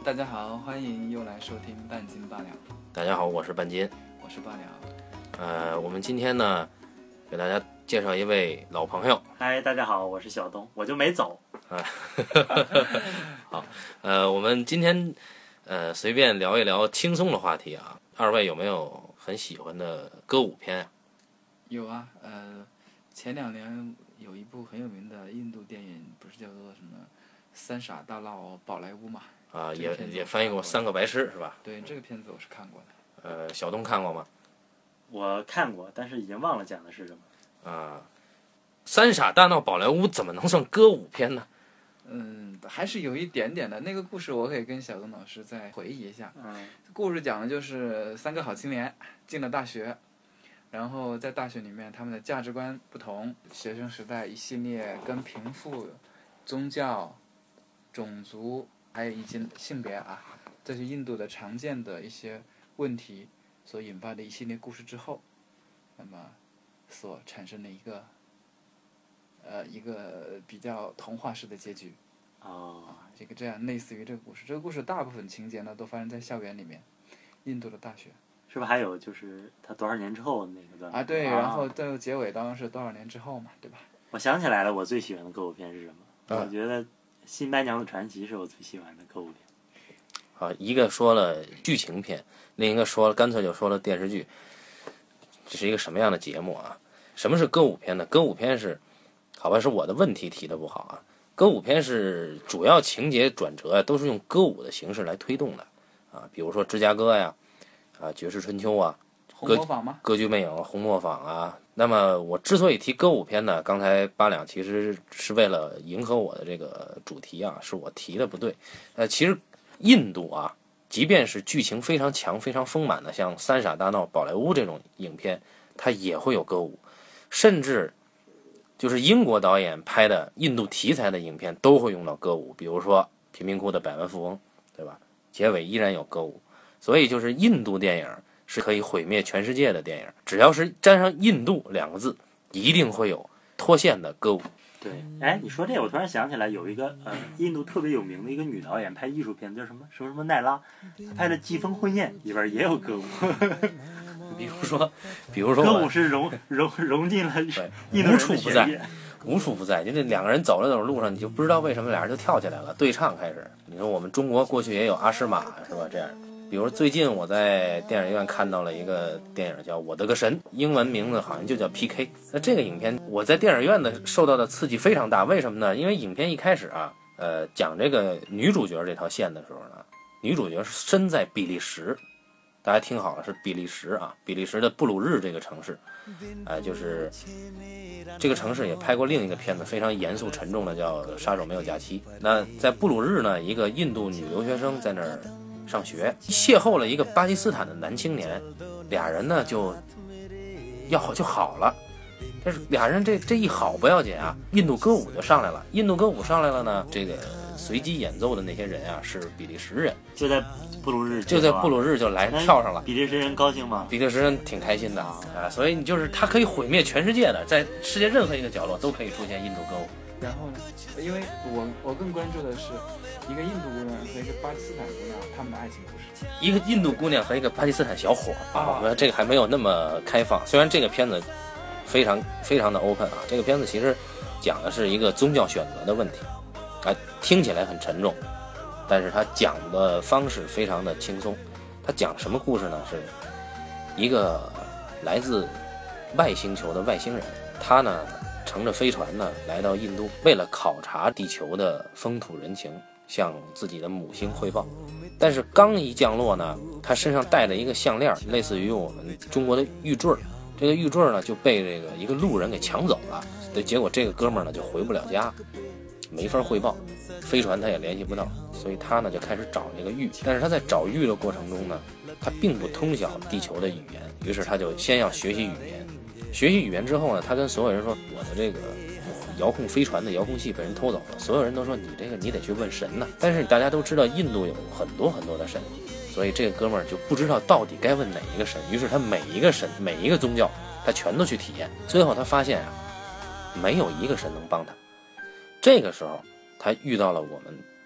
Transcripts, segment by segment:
大家好，欢迎又来收听半斤八两。 大家好，我是半斤， 我是八两。 我们今天呢，给大家介绍一位老朋友。 嗨，大家好，我是小东，我就没走。 好，我们今天随便聊一聊轻松的话题啊。二位有没有很喜欢的歌舞片啊？ 有啊，前2年有一部很有名的印度电影，不是叫做什么《三傻大闹宝莱坞》嘛？ 啊，也翻译过《三个白痴》是吧？ 对，这个片子我是看过的。 小东看过吗？ 我看过，但是已经忘了讲的是什么。 啊，三傻大闹宝莱坞怎么能算歌舞片呢？ 还是有一点点的。那个故事我可以跟小东老师再回忆一下。故事讲的就是3个好青年进了大学，然后在大学里面他们的价值观不同，学生时代一系列跟贫富、宗教、种族还有以及性别啊，这些印度的常见的一些问题所引发的一系列故事之后，那么所产生的一个比较童话式的结局。这样类似于这个故事。这个故事大部分情节呢都发生在校园里面，印度的大学。 是不是还有就是他多少年之后那个段？ 对，然后最后结尾当然是多少年之后嘛，对吧？ 我想起来了，我最喜欢的歌舞片是什么？我觉得《新白娘子传奇》是我最喜欢的歌舞片。 一个说了剧情片，另一个干脆就说了电视剧。这是一个什么样的节目啊？什么是歌舞片呢？歌舞片是，好吧，是我的问题提的不好啊。歌舞片是主要情节转折都是用歌舞的形式来推动的啊，比如说芝加哥呀，爵士春秋啊， 红磨坊吗？ 歌剧魅影、红磨坊啊。那么我之所以提歌舞片呢，刚才八两其实是为了迎合我的这个主题啊，是我提的不对。其实印度啊，即便是剧情非常强、非常丰满的，像《三傻大闹宝莱坞》这种影片，它也会有歌舞，甚至就是英国导演拍的印度题材的影片都会用到歌舞，比如说《贫民窟的百万富翁》，对吧？结尾依然有歌舞。所以就是印度电影是可以毁灭全世界的电影，只要是沾上印度2个字，一定会有脱线的歌舞。 对，你说这个我突然想起来，有一个印度特别有名的一个女导演拍艺术片，叫什么奈拉，她拍的《季风婚宴》里边也有歌舞。 比如说歌舞是融进了印度人的血液， 无处不在。就这2个人走着路上，你就不知道为什么俩人就跳起来了，对唱开始。你说我们中国过去也有阿诗玛是吧？这样，比如最近我在电影院看到了一个电影叫《我的个神》，英文名字好像就叫 PK。那这个影片我在电影院的受到的刺激非常大，为什么呢？因为影片一开始啊，讲这个女主角这条线的时候呢，女主角是身在比利时。大家听好了，是比利时啊，比利时的布鲁日这个城市，就是这个城市也拍过另一个片子，非常严肃沉重的，叫《杀手没有假期》。那在布鲁日呢，一个印度女留学生在那儿上学，邂逅了一个巴基斯坦的男青年，俩人呢就好了。但是俩人这一好不要紧啊，印度歌舞就上来了。印度歌舞上来了呢，这个随机演奏的那些人啊是比利时人， 就在布鲁日就来跳上了。 比利时人高兴吗？ 比利时人挺开心的啊，所以你就是他可以毁灭全世界的，在世界任何一个角落都可以出现印度歌舞。 然后呢，因为我更关注的是一个印度姑娘和一个巴基斯坦姑娘他们的爱情故事。 一个印度姑娘和一个巴基斯坦小伙我们这个还没有那么开放。虽然这个片子非常非常的 open 啊，这个片子其实讲的是一个宗教选择的问题听起来很沉重，但是他讲的方式非常的轻松。他讲什么故事呢？是一个来自外星球的外星人，他呢乘着飞船呢来到印度，为了考察地球的风土人情，向自己的母星汇报。但是刚一降落呢，他身上带着一个项链，类似于我们中国的玉坠，这个玉坠呢就被这个一个路人给抢走了。结果这个哥们儿呢就回不了家，没法汇报，飞船他也联系不到，所以他呢就开始找这个玉。但是他在找玉的过程中呢，他并不通晓地球的语言，于是他就先要学习语言。学习语言之后呢，他跟所有人说，我的这个遥控飞船的遥控器被人偷走了。所有人都说你得去问神呢。但是大家都知道印度有很多很多的神，所以这个哥们儿就不知道到底该问哪一个神，于是他每一个神每一个宗教他全都去体验。最后他发现没有一个神能帮他。这个时候他遇到了我们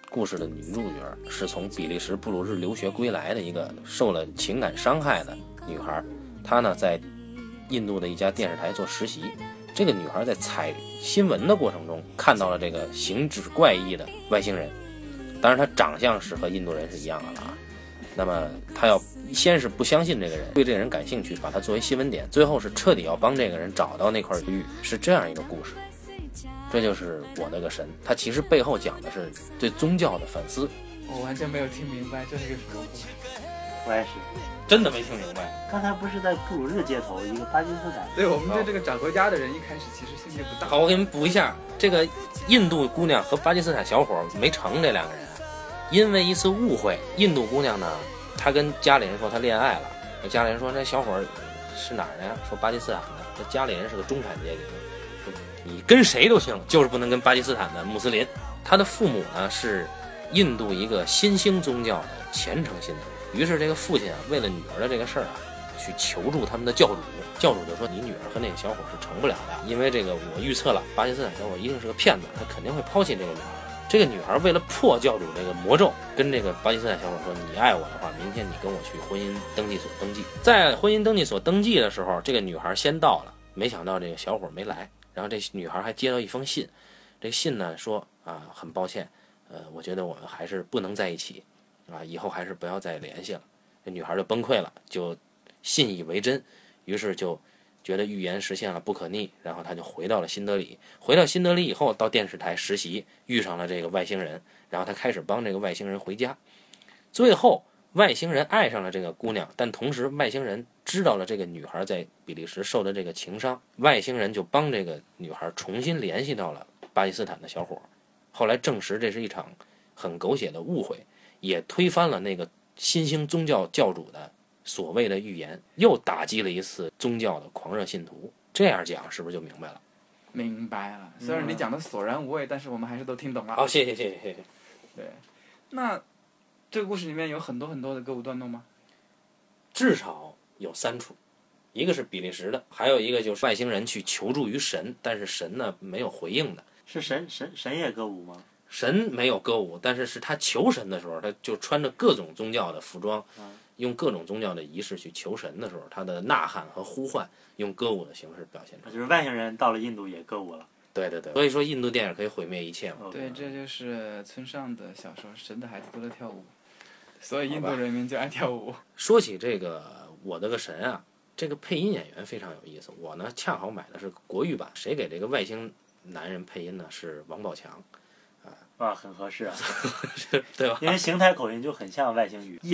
故事的女主角是从比利时布鲁日留学归来的一个受了情感伤害的女孩，她呢在印度的一家电视台做实习。这个女孩在采新闻的过程中看到了这个形制怪异的外星人，当然她长相是和印度人是一样的了啊。那么她要先是不相信这个人，对这个人感兴趣，把他作为新闻点，最后是彻底要帮这个人找到那块玉，是这样一个故事。这就是我那个神，它其实背后讲的是对宗教的反思。 我完全没有听明白这是个什么故事。 我也是， 真的没听明白。 刚才不是在布鲁日街头一个巴基斯坦？ 对，我们对这个找回家的人一开始其实兴趣不大。 好，我给你们补一下，这个印度姑娘和巴基斯坦小伙没成，这两个人因为一次误会，印度姑娘呢，她跟家里人说她恋爱了，家里人说那小伙是哪儿的呀？说巴基斯坦的。这家里人是个中产阶级，说你跟谁都行，就是不能跟巴基斯坦的穆斯林。他的父母呢是印度一个新兴宗教的虔诚信徒，于是这个父亲啊，为了女儿的这个事儿啊，去求助他们的教主。教主就说你女儿和那个小伙是成不了的，因为这个我预测了，巴基斯坦小伙一定是个骗子，他肯定会抛弃这个女孩。这个女孩为了破教主这个魔咒，跟这个巴基斯坦小伙说，你爱我的话，明天你跟我去婚姻登记所登记。在婚姻登记所登记的时候，这个女孩先到了，没想到这个小伙没来，然后这女孩还接到一封信，这信呢说啊，很抱歉，我觉得我们还是不能在一起啊，以后还是不要再联系了。这女孩就崩溃了，就信以为真，于是就觉得预言实现了，不可逆，然后他就回到了新德里。回到新德里以后，到电视台实习，遇上了这个外星人，然后他开始帮这个外星人回家。最后外星人爱上了这个姑娘，但同时外星人知道了这个女孩在比利时受的这个情伤，外星人就帮这个女孩重新联系到了巴基斯坦的小伙。后来证实这是一场很狗血的误会，也推翻了那个新兴宗教教主的所谓的预言，又打击了一次宗教的狂热信徒。这样讲是不是就明白了？ 明白了，虽然你讲的索然无味，但是我们还是都听懂了。 好，谢谢。 对，那这个故事里面有很多很多的歌舞段落吗？ 至少有3处，一个是比利时的，还有一个就是外星人去求助于神，但是神呢没有回应的。 是神也歌舞吗？ 神没有歌舞，但是他求神的时候，他就穿着各种宗教的服装，用各种宗教的仪式去求神的时候，他的呐喊和呼唤用歌舞的形式表现出来。 就是外星人到了印度也歌舞了。 对，所以说印度电影可以毁灭一切嘛。 对，这就是村上的小说《神的孩子都在跳舞》，所以印度人民就爱跳舞。 说起这个我的个神啊，这个配音演员非常有意思。我呢恰好买的是国语版，谁给这个外星男人配音呢？是王宝强。 啊，很合适啊， 对吧？ 因为邢台口音就很像外星语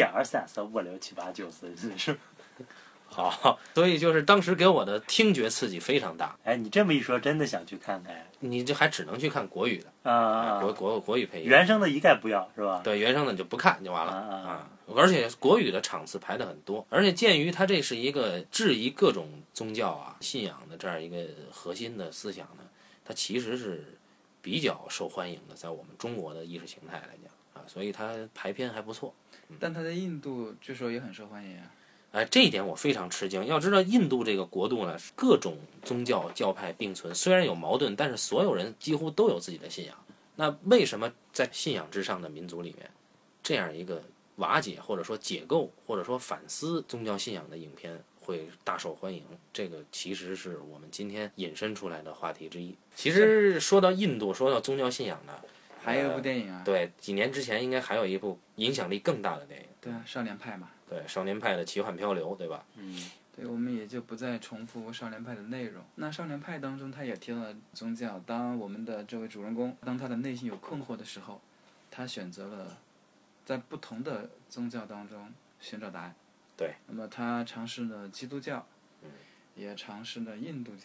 ，1、2、3、4、5、6、7、8、9、10，是。 好，所以就是当时给我的听觉刺激非常大。 哎，你这么一说，真的想去看看。 你这还只能去看国语的国语配音， 原声的一概不要，是吧？ 对，原声的你就不看就完了而且国语的场次排的很多，而且鉴于它这是一个质疑各种宗教啊信仰的这样一个核心的思想呢，它其实是比较受欢迎的，在我们中国的意识形态来讲啊，所以它排片还不错。 但它在印度据说也很受欢迎啊。 这一点我非常吃惊。要知道，印度这个国度呢，各种宗教教派并存，虽然有矛盾，但是所有人几乎都有自己的信仰。那为什么在信仰之上的民族里面，这样一个瓦解或者说解构或者说反思宗教信仰的影片会大受欢迎？这个其实是我们今天引申出来的话题之一。其实说到印度，说到宗教信仰呢， 还有一部电影啊。 对，几年之前应该还有一部影响力更大的电影。 对啊，少年派嘛。 对，少年派的奇幻漂流，对吧？ 对，我们也就不再重复少年派的内容。那少年派当中，他也提了宗教。当我们的这位主人公，当他的内心有困惑的时候，他选择了在不同的宗教当中寻找答案。 对。 那么他尝试了基督教，也尝试了印度教，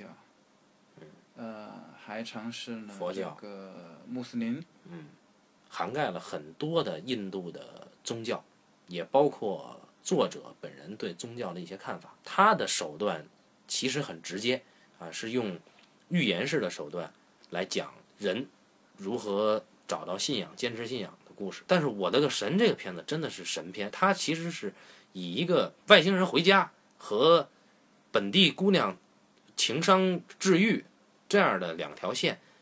还尝试了佛教、 这个穆斯林， 涵盖了很多的印度的宗教，也包括作者本人对宗教的一些看法。他的手段其实很直接啊，是用寓言式的手段来讲人如何找到信仰、坚持信仰的故事。但是我的个神这个片子真的是神片，它其实是以一个外星人回家和本地姑娘情伤治愈这样的2条线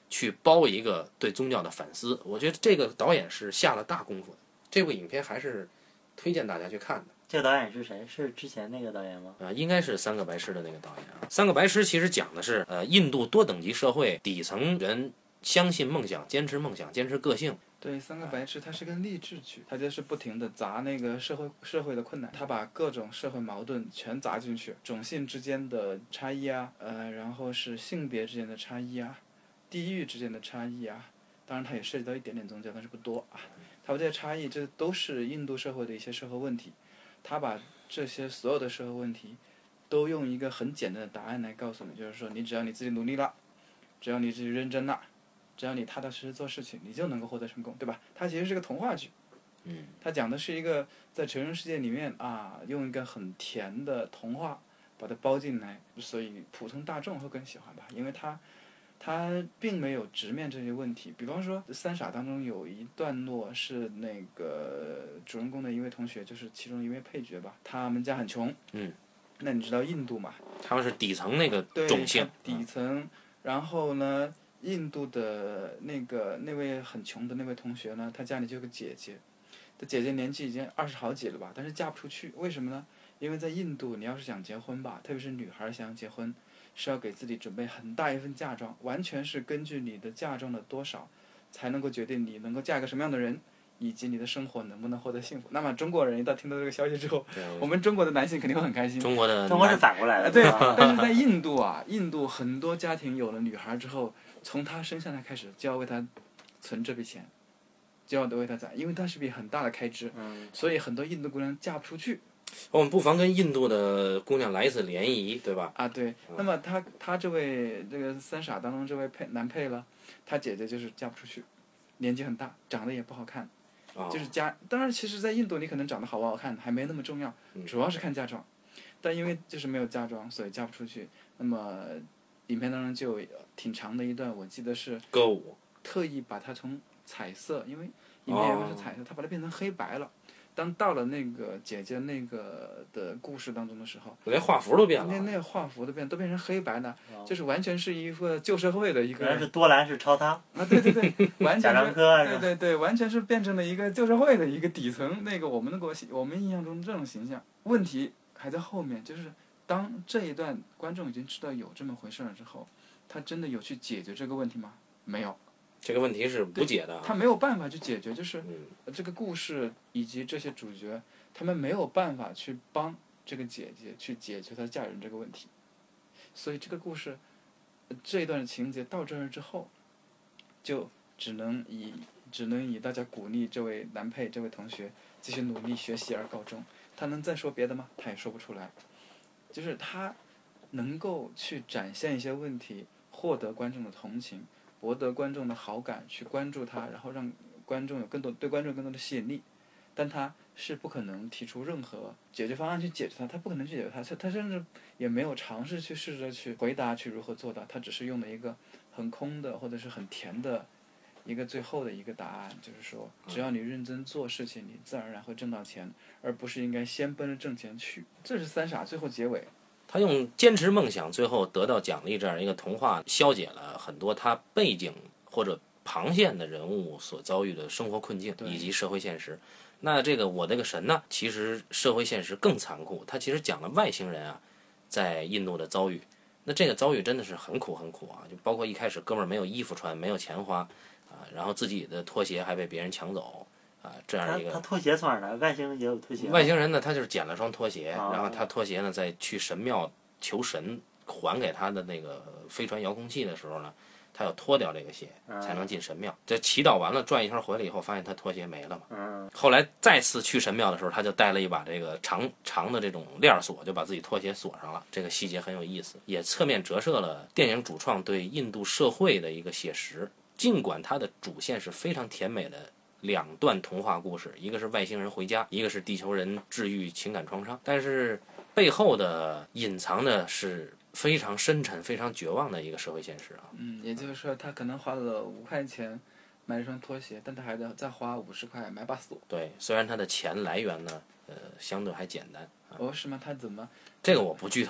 去包一个对宗教的反思。我觉得这个导演是下了大功夫的，这部影片还是推荐大家去看的。 这个导演是谁？是之前那个导演吗？ 应该是三个白痴的那个导演啊。三个白痴其实讲的是印度多等级社会底层人相信梦想，坚持梦想，坚持个性。 对，三个白痴它是个励志剧，它就是不停的砸那个社会的困难，它把各种社会矛盾全砸进去，种姓之间的差异啊，然后是性别之间的差异啊，地域之间的差异啊，当然它也涉及到一点点宗教，但是不多啊。它把这些差异，这都是印度社会的一些社会问题，它把这些所有的社会问题都用一个很简单的答案来告诉你，就是说你只要你自己努力了，只要你自己认真了，只要你踏踏实实做事情，你就能够获得成功，对吧？它其实是个童话剧，它讲的是一个在成人世界里面啊，用一个很甜的童话把它包进来，所以普通大众会更喜欢吧，因为它并没有直面这些问题。比方说《三傻》当中有一段落是那个主人公的一位同学，就是其中一位配角吧，他们家很穷，那你知道印度嘛？ 他们是底层那个种姓， 底层，然后呢？印度的那位很穷的那位同学呢，他家里就有个姐姐，他姐姐年纪已经20好几了吧，但是嫁不出去，为什么呢？因为在印度，你要是想结婚吧，特别是女孩想结婚，是要给自己准备很大一份嫁妆，完全是根据你的嫁妆的多少，才能够决定你能够嫁一个什么样的人，以及你的生活能不能获得幸福。那么中国人一旦听到这个消息之后，我们中国的男性肯定会很开心。 中国是反过来的。 对，但是在印度啊，印度很多家庭有了女孩之后，从她生下来开始就要为她存这笔钱，就要为她攒，因为它是笔很大的开支，所以很多印度姑娘嫁不出去。 我们不妨跟印度的姑娘来一次联谊，对吧？ 啊，对。那么他这个三傻当中这位男配了，他姐姐就是嫁不出去，年纪很大，长得也不好看，就是当然，其实，在印度你可能长得好不好看还没那么重要，主要是看嫁妆。但因为就是没有嫁妆，所以嫁不出去。那么影片当中就有挺长的一段，我记得是歌舞， 特意把它从彩色，因为影片原本是彩色，他把它变成黑白了。当到了那个姐姐那个的故事当中的时候， 连画幅都变了， 那画幅都变成黑白的，就是完全是一个旧社会的一个。 原来是多兰是抄他啊，对，完全是对，完全是变成了一个旧社会的一个底层那个我们印象中这种形象。问题还在后面，就是当这一段观众已经知道有这么回事了之后，他真的有去解决这个问题吗？没有。 这个问题是无解的， 他没有办法去解决，就是这个故事以及这些主角，他们没有办法去帮这个姐姐去解决她嫁人这个问题，所以这个故事这一段情节到这儿之后，就只能以大家鼓励这位男配这位同学继续努力学习而告终。他能再说别的吗？他也说不出来。就是他能够去展现一些问题，获得观众的同情，博得观众的好感，去关注他，然后让观众有对观众更多的吸引力，但他是不可能提出任何解决方案去解决它，他不可能去解决它，他甚至也没有尝试去试着去回答去如何做到，他只是用了一个很空的或者是很甜的一个最后的一个答案，就是说只要你认真做事情，你自然而然会挣到钱，而不是应该先奔着挣钱去。这是三傻最后结尾。 他用坚持梦想最后得到奖励这样一个童话，消解了很多他背景或者旁线的人物所遭遇的生活困境以及社会现实。那这个我这个神呢，其实社会现实更残酷，他其实讲了外星人啊在印度的遭遇。那这个遭遇真的是很苦很苦啊，就包括一开始哥们儿没有衣服穿，没有钱花啊，然后自己的拖鞋还被别人抢走啊，这样一个。 他拖鞋从哪儿来？外星人也有拖鞋。 外星人呢，他就是捡了双拖鞋，然后他拖鞋呢，在去神庙求神还给他的那个飞船遥控器的时候呢，他要脱掉这个鞋才能进神庙。这祈祷完了转一圈回来以后，发现他拖鞋没了嘛。后来再次去神庙的时候，他就带了一把这个长的这种链锁，就把自己拖鞋锁上了。这个细节很有意思，也侧面折射了电影主创对印度社会的一个写实。尽管它的主线是非常甜美的两段童话故事，一个是外星人回家，一个是地球人治愈情感创伤，但是背后的隐藏的是非常深沉非常绝望的一个社会现实啊。 也就是说他可能花了5块钱买一双拖鞋，但他还得再花50块买把锁。 对，虽然他的钱来源呢相对还简单是吗？他怎么这个我不剧透了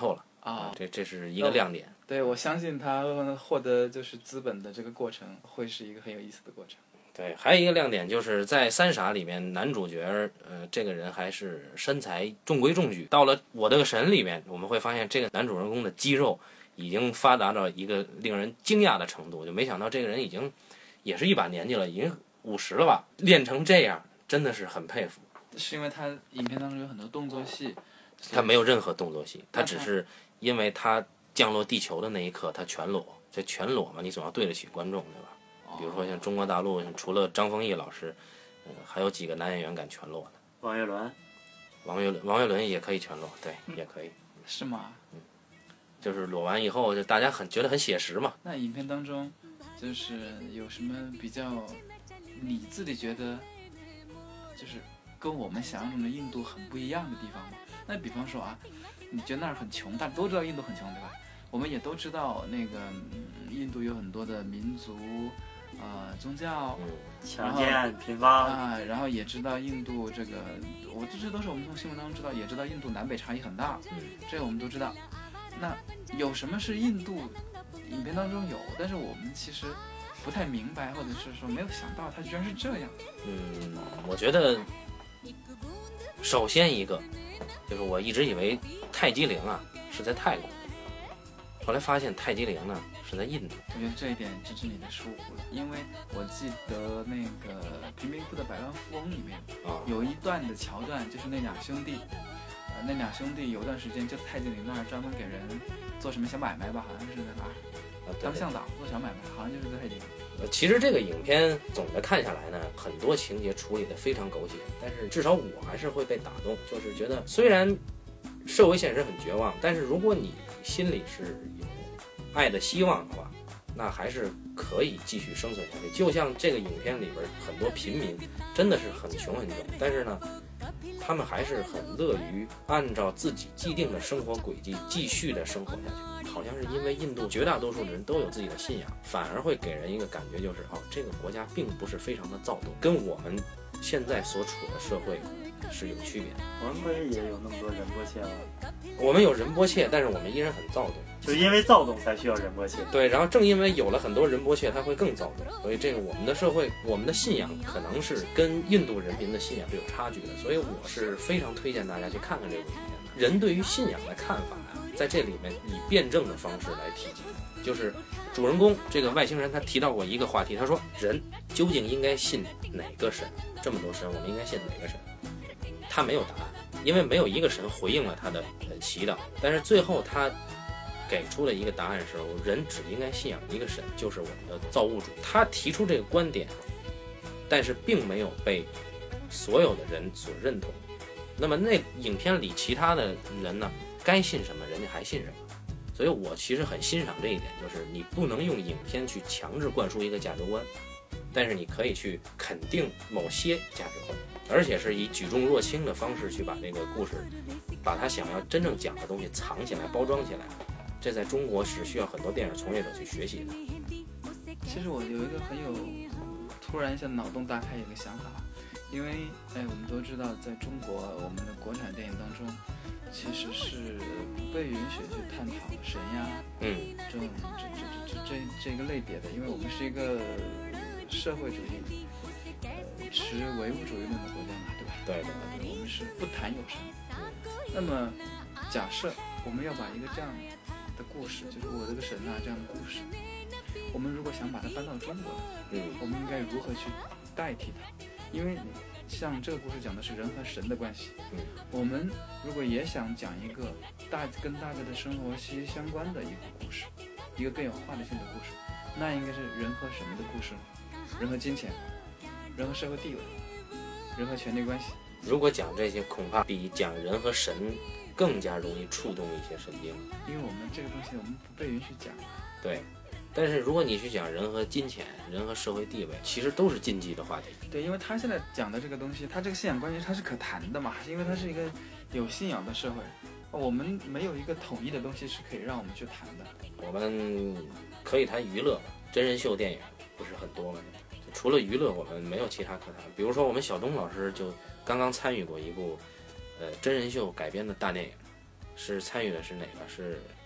啊， 这是一个亮点。 对，我相信他获得就是资本的这个过程会是一个很有意思的过程。 对，还有一个亮点就是在《三傻》里面，男主角这个人还是身材中规中矩。到了《我的个神》里面，我们会发现这个男主人公的肌肉已经发达到一个令人惊讶的程度，就没想到这个人已经也是一把年纪了，已经50了吧，练成这样真的是很佩服。 是因为他影片当中有很多动作戏， 他没有任何动作戏，他只是因为他降落地球的那一刻他全裸，这全裸嘛，你总要对得起观众，对吧？比如说像中国大陆，除了张丰毅老师，还有几个男演员敢全裸的？ 王岳伦， 王岳伦也可以全裸，对，也可以。 是吗？ 就是裸完以后，就大家觉得很写实嘛。 那影片当中，就是有什么比较你自己觉得，就是跟我们想象中的印度很不一样的地方吗？那比方说啊，你觉得那儿很穷，大家都知道印度很穷，对吧？我们也都知道那个印度有很多的民族。宗教， 强奸、贫乏啊，然后也知道印度这个，这都是我们从新闻当中知道，也知道印度南北差异很大，这个我们都知道。那有什么是印度影片当中有，但是我们其实不太明白，或者是说没有想到它居然是这样？ 我觉得首先一个就是我一直以为泰姬陵啊是在泰国，后来发现泰姬陵呢是在印度。 我觉得这一点真是你的疏忽了，因为我记得那个《贫民窟的百万富翁》里面有一段的桥段，就是那两兄弟，有段时间就泰姬陵那儿专门给人做什么小买卖吧，好像是在哪儿当向导做小买卖，好像就是在泰姬陵。 其实这个影片总的看下来呢，很多情节处理的非常狗血，但是至少我还是会被打动，就是觉得虽然社会现实很绝望，但是如果你心里是有爱的希望的话，那还是可以继续生存下去。就像这个影片里边很多贫民真的是很穷很穷，但是呢他们还是很乐于按照自己既定的生活轨迹继续的生活下去。好像是因为印度绝大多数的人都有自己的信仰，反而会给人一个感觉，就是这个国家并不是非常的躁动，跟我们现在所处的社会是有区别的。 我们不是也有那么多仁波切吗？ 我们有仁波切，但是我们依然很躁动， 就因为躁动才需要仁波切。 对，然后正因为有了很多仁波切，它会更躁动，所以这个我们的社会，我们的信仰可能是跟印度人民的信仰是有差距的，所以我是非常推荐大家去看看这部影片的。人对于信仰的看法在这里面以辩证的方式来提及，就是主人公这个外星人他提到过一个话题，他说人究竟应该信哪个神？这么多神，我们应该信哪个神？他没有答案，因为没有一个神回应了他的祈祷。但是最后他给出了一个答案时候，人只应该信仰一个神，就是我们的造物主。他提出这个观点，但是并没有被所有的人所认同。那么那影片里其他的人呢，该信什么人家还信什么。所以我其实很欣赏这一点，就是你不能用影片去强制灌输一个价值观，但是你可以去肯定某些价值观，而且是以举重若轻的方式去把这个故事，把他想要真正讲的东西藏起来、包装起来。这在中国是需要很多电影从业者去学习的。 其实我有一个突然一下脑洞大开一个想法，因为我们都知道，在中国我们的国产电影当中，其实是不被允许去探讨神呀，这个类别的，因为我们是一个社会主义，持唯物主义论的国家嘛，对吧？ 对， 我们是不谈有神。那么，假设我们要把一个这样的故事，就是我这个神啊这样的故事，我们如果想把它搬到中国来，我们应该如何去代替它？因为像这个故事讲的是人和神的关系，我们如果也想讲一个跟大家的生活息息相关的一个故事，一个更有话题性的故事，那应该是人和什么的故事呢？人和金钱，人和社会地位，人和权力关系。 如果讲这些，恐怕比讲人和神更加容易触动一些神经， 因为我们这个东西我们不被允许讲。 对，但是如果你去讲人和金钱、人和社会地位，其实都是禁忌的话题。 对，因为他现在讲的这个东西，他这个信仰关系它是可谈的嘛，因为它是一个有信仰的社会，我们没有一个统一的东西是可以让我们去谈的。 我们可以谈娱乐，真人秀电影不是很多吗？除了娱乐，我们没有其他可谈。比如说，我们小东老师就刚刚参与过一部真人秀改编的大电影，是参与的是哪个？是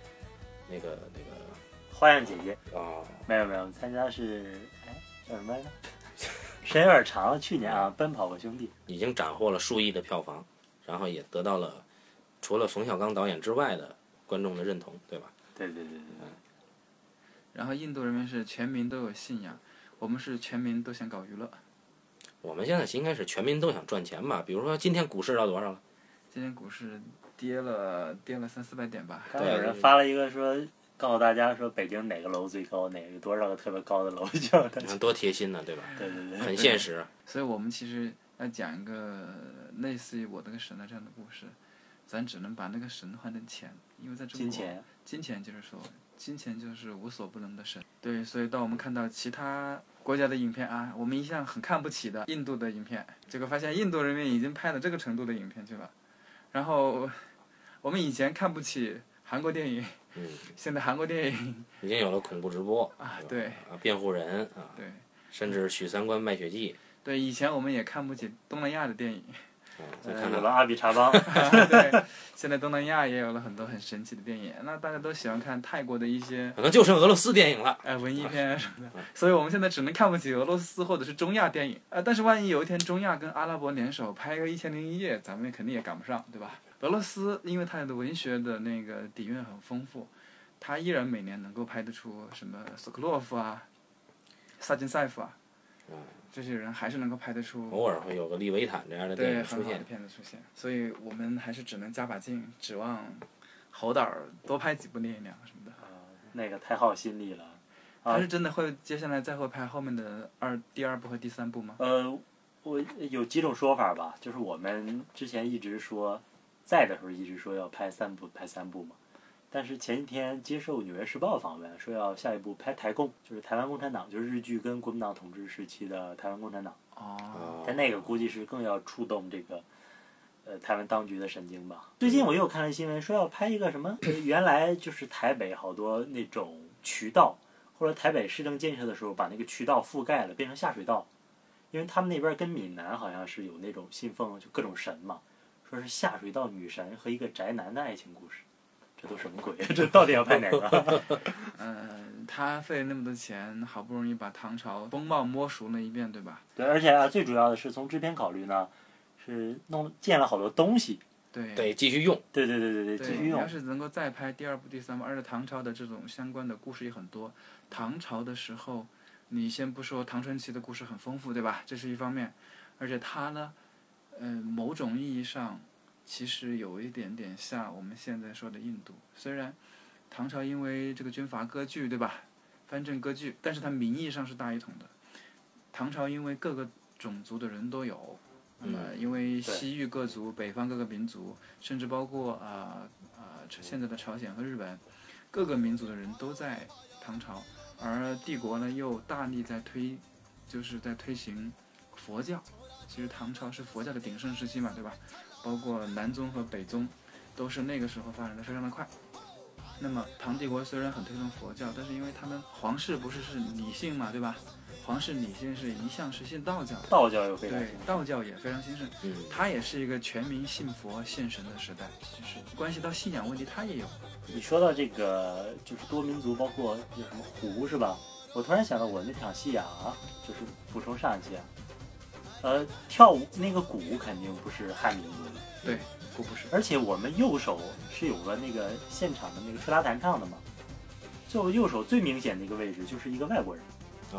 花样姐姐哦， 没有，参加是叫什么来着？神有点长了，去年啊，奔跑吧兄弟已经斩获了数亿的票房，然后也得到了除了冯小刚导演之外的观众的认同，对吧？ 对。 然后印度人民是全民都有信仰，我们是全民都想搞娱乐。 我们现在应该是全民都想赚钱吧？比如说今天股市到多少了？ 今天股市跌了300-400点吧。 刚有人发了一个说，告诉大家说北京哪个楼最高，哪个多少个特别高的楼，叫你看多贴心呢，对吧？ 对， 很现实。 所以我们其实要讲一个类似于我这个神的这样的故事，咱只能把那个神换成钱，因为在中国金钱就是说，金钱就是无所不能的神。对，所以当我们看到其他国家的影片啊，我们一向很看不起的印度的影片，结果发现印度人民已经拍了这个程度的影片去了。然后我们以前看不起韩国电影，现在韩国电影已经有了恐怖直播啊，对啊，辩护人啊， 对， 甚至许三观卖血记。 对，以前我们也看不起东南亚的电影。 有了阿比查邦。 对，现在东南亚也有了很多很神奇的电影，那大家都喜欢看泰国的一些， 可能就剩俄罗斯电影了， 文艺片什么的，所以我们现在只能看不起俄罗斯或者是中亚电影，但是万一有一天中亚跟阿拉伯联手拍个1001夜，咱们肯定也赶不上，对吧？俄罗斯因为它的文学的那个底蕴很丰富，它依然每年能够拍得出什么索科洛夫啊、萨金塞夫啊。这些人还是能够拍得出， 偶尔会有个利维坦这样的电影出现， 对，很好的片子出现，所以我们还是只能加把劲，指望侯导多拍几部《烈焰娘》什么的。 那个太耗心力了。 他是真的会接下来再会拍后面的第二部和第三部吗？ 我有几种说法吧，就是我们之前一直说，在的时候一直说要拍3部嘛。但是前几天接受《纽约时报》访问，说要下一步拍台共，就是台湾共产党，就是日据跟国民党统治时期的台湾共产党。但那个估计是更要触动这个台湾当局的神经吧。最近我又看了新闻，说要拍一个什么，原来就是台北好多那种渠道，或者台北市政建设的时候把那个渠道覆盖了，变成下水道，因为他们那边跟闽南好像是有那种信奉就各种神嘛，说是下水道女神和一个宅男的爱情故事。这都什么鬼？这到底要拍哪个？ 他费了那么多钱，好不容易把唐朝风貌摸熟了一遍，对吧？ 对，而且最主要的是从制片考虑呢，是建了好多东西。 对，继续用。 对，继续用。 要是能够再拍第2部、第3部，而且唐朝的这种相关的故事也很多。唐朝的时候，你先不说唐传奇的故事很丰富，对吧？这是一方面，而且它呢，某种意义上。其实有一点点像我们现在说的印度，虽然唐朝因为这个军阀割据，对吧？藩镇割据，但是它名义上是大一统的。唐朝因为各个种族的人都有，那么因为西域各族、北方各个民族，甚至包括现在的朝鲜和日本，各个民族的人都在唐朝，而帝国呢又大力在推行佛教。其实唐朝是佛教的鼎盛时期嘛，对吧？包括南宗和北宗，都是那个时候发展的非常的快。那么唐帝国虽然很推崇佛教，但是因为他们皇室不是理性嘛，对吧？皇室理性是一向是信道教， 道教又非常对，道教也非常兴盛。它也是一个全民信佛信神的时代，就是关系到信仰问题，它也有。 你说到这个就是多民族，包括有什么胡是吧？我突然想到我那场戏啊，就是补充上一期跳舞那个鼓肯定不是汉民族的， 对，鼓不是。 而且我们右手是有个那个现场的那个吹拉弹唱的嘛，就右手最明显的一个位置就是一个外国人。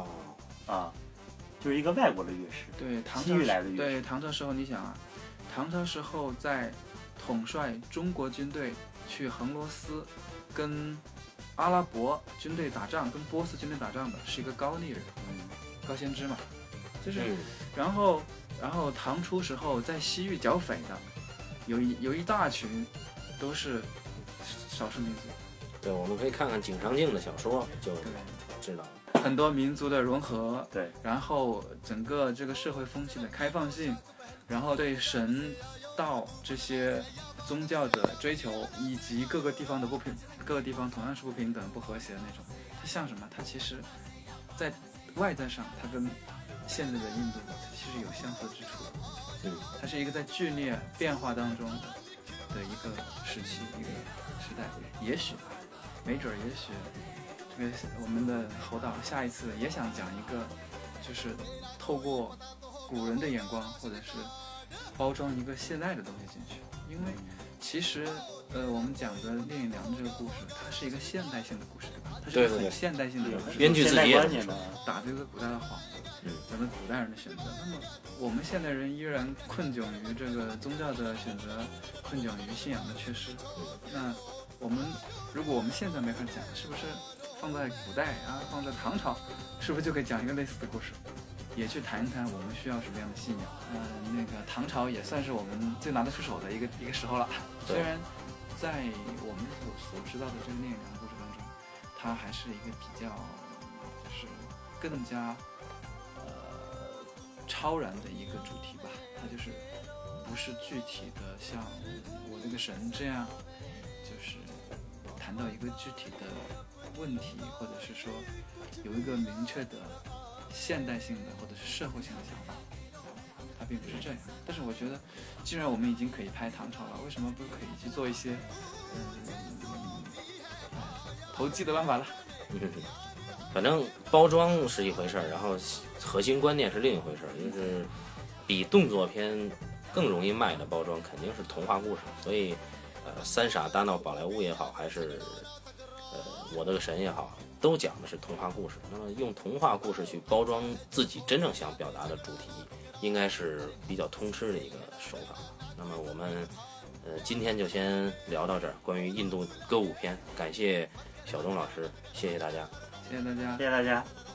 就是一个外国的乐师。 对， 西域来的乐师。 对，唐朝时候你想啊，唐朝时候在统帅中国军队去横罗斯跟阿拉伯军队打仗，跟波斯军队打仗的是一个高丽人，高仙芝嘛。就是，然后唐初时候在西域剿匪的，有一大群，都是少数民族。 对，我们可以看看井上靖的小说就知道了。 很多民族的融合， 对， 然后整个这个社会风气的开放性，然后对神道这些宗教的追求，以及各个地方的各个地方同样是不平等、不和谐的那种，它像什么？它其实，在外在上，它跟现在的印度其实有相似之处。它是一个在剧烈变化当中的一个时期、一个时代。也许没准也许这个我们的侯导下一次也想讲一个，就是透过古人的眼光，或者是包装一个现代的东西进去。因为其实我们讲的聂隐娘这个故事，它是一个现代性的故事，对吧？它是一个很现代性的故事。 编剧自己也打这个古代的幌子，咱们古代人的选择。那么我们现代人依然困窘于这个宗教的选择，困窘于信仰的缺失。那如果我们现在没法讲，是不是放在古代啊，放在唐朝，是不是就可以讲一个类似的故事，也去谈一谈我们需要什么样的信仰？那个唐朝也算是我们最拿得出手的一个时候了。虽然在我们所知道的这个聂隐娘的故事当中，它还是一个比较就是更加超然的一个主题吧。它就是不是具体的像我这个神这样，就是谈到一个具体的问题，或者是说有一个明确的现代性的或者是社会性的想法，它并不是这样。但是我觉得既然我们已经可以拍唐朝了，为什么不可以去做一些投机的办法了？ 反正包装是一回事儿，然后核心观念是另一回事儿。就是比动作片更容易卖的包装肯定是童话故事。所以三傻大闹宝莱坞也好，还是我这个神也好，都讲的是童话故事。那么用童话故事去包装自己真正想表达的主题，应该是比较通吃的一个手法。那么我们今天就先聊到这儿，关于印度歌舞片，感谢小东老师，谢谢大家， 谢谢大家， 谢谢大家。